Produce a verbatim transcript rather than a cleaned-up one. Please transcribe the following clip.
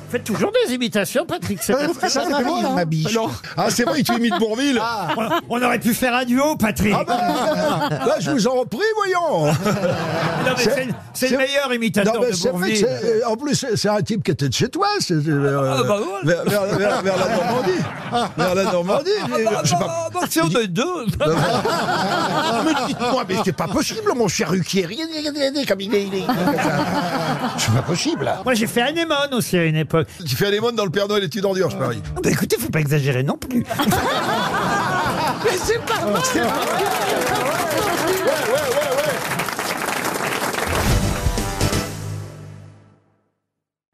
Faites toujours des imitations, Patrick. C'est Euh, pas ça, mal. c'est bon, hein. ma biche. Alors, Ah, c'est vrai, tu imites Bourville. On aurait pu faire un duo, Patrick. ah ben, là, je vous en prie, voyons. Non, mais c'est- c'est c'est c'est- le meilleur imitateur Non, mais de c'est vrai que Bourville. c'est- en plus, c'est- c'est un type qui était de chez toi, c'est, c'est, euh, Ah, bah, ouais. vers, vers- vers- vers la Normandie. Vers la Normandie. Je sais pas. Si on est deux. Mais dites-moi, mais c'est pas possible, mon cher Ruquier. Regardez, regardez, regardez comme il est. il est- C'est pas possible. Moi, j'ai fait Anémone aussi à une époque. Tu fais Anémone dans le Père Noël et tu d'ordure, je parie. Bah, écoutez, faut pas exagérer non plus. Mais c'est pas vrai. Ouais, ouais, ouais.